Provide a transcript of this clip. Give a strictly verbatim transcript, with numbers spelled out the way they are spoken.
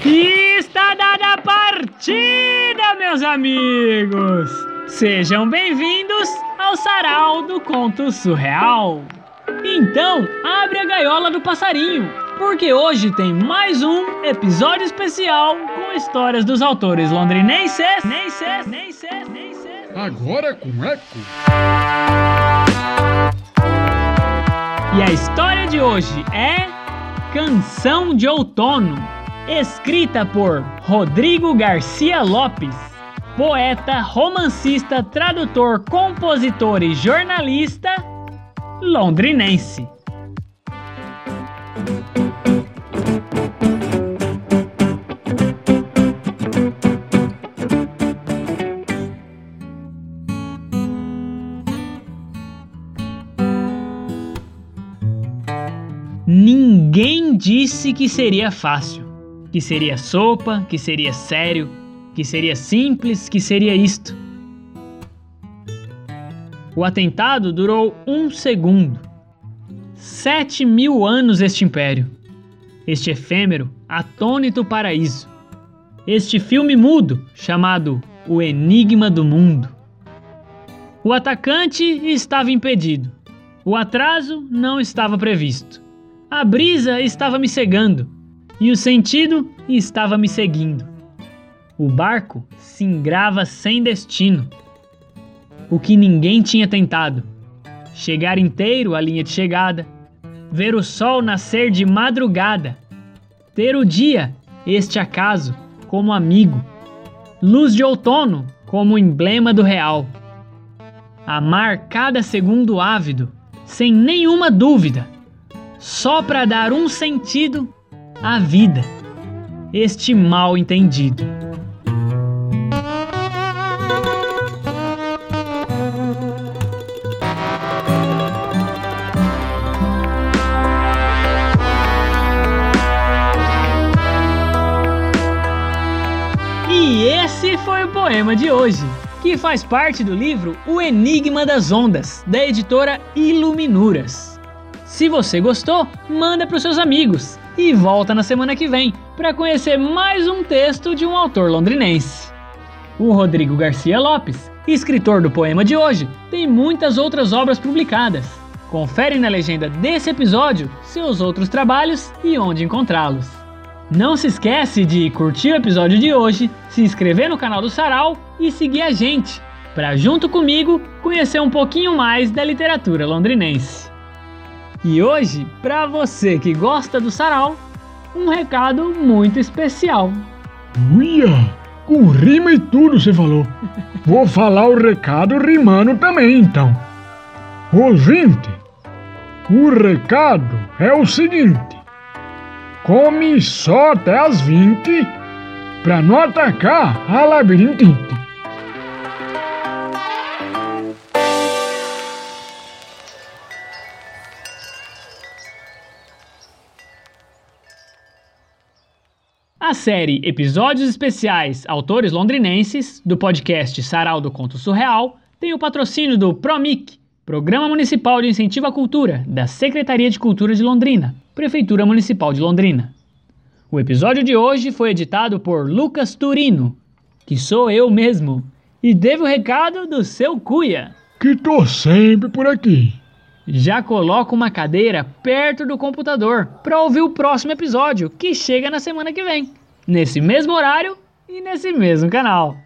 E está dada a partida, meus amigos! Sejam bem-vindos ao Sarau do Conto Surreal. Então, abre a gaiola do passarinho, porque hoje tem mais um episódio especial com histórias dos autores londrinenses. Nenses, nenses, nenses. Agora com eco. E a história de hoje é Canção de Outono, escrita por Rodrigo Garcia Lopes, poeta, romancista, tradutor, compositor e jornalista londrinense. Ninguém disse que seria fácil, que seria sopa, que seria sério, que seria simples, que seria isto. O atentado durou um segundo. Sete mil anos este império, este efêmero, atônito paraíso, este filme mudo chamado O Enigma do Mundo. O atacante estava impedido, o atraso não estava previsto. A brisa estava me cegando e o sentido estava me seguindo. O barco singrava sem destino. O que ninguém tinha tentado: chegar inteiro à linha de chegada, ver o sol nascer de madrugada, ter o dia, este acaso, como amigo, luz de outono como emblema do real. Amar cada segundo ávido, sem nenhuma dúvida, só para dar um sentido à vida, este mal entendido. E esse foi o poema de hoje, que faz parte do livro O Enigma das Ondas, da editora Iluminuras. Se você gostou, manda para os seus amigos e volta na semana que vem para conhecer mais um texto de um autor londrinense. O Rodrigo Garcia Lopes, escritor do poema de hoje, tem muitas outras obras publicadas. Confere na legenda desse episódio seus outros trabalhos e onde encontrá-los. Não se esquece de curtir o episódio de hoje, se inscrever no canal do Sarau e seguir a gente, para junto comigo conhecer um pouquinho mais da literatura londrinense. E hoje, para você que gosta do Sarau, um recado muito especial. Uia, com rima e tudo você falou. Vou falar o recado rimando também então. Ouvinte, o recado é o seguinte: come só até as vinte pra não atacar a labirintite. A série Episódios Especiais Autores Londrinenses, do podcast Sarau do Conto Surreal, tem o patrocínio do PROMIC, Programa Municipal de Incentivo à Cultura, da Secretaria de Cultura de Londrina, Prefeitura Municipal de Londrina. O episódio de hoje foi editado por Lucas Turino, que sou eu mesmo, e teve o recado do seu Cuia, que tô sempre por aqui. Já coloca uma cadeira perto do computador para ouvir o próximo episódio, que chega na semana que vem, nesse mesmo horário e nesse mesmo canal.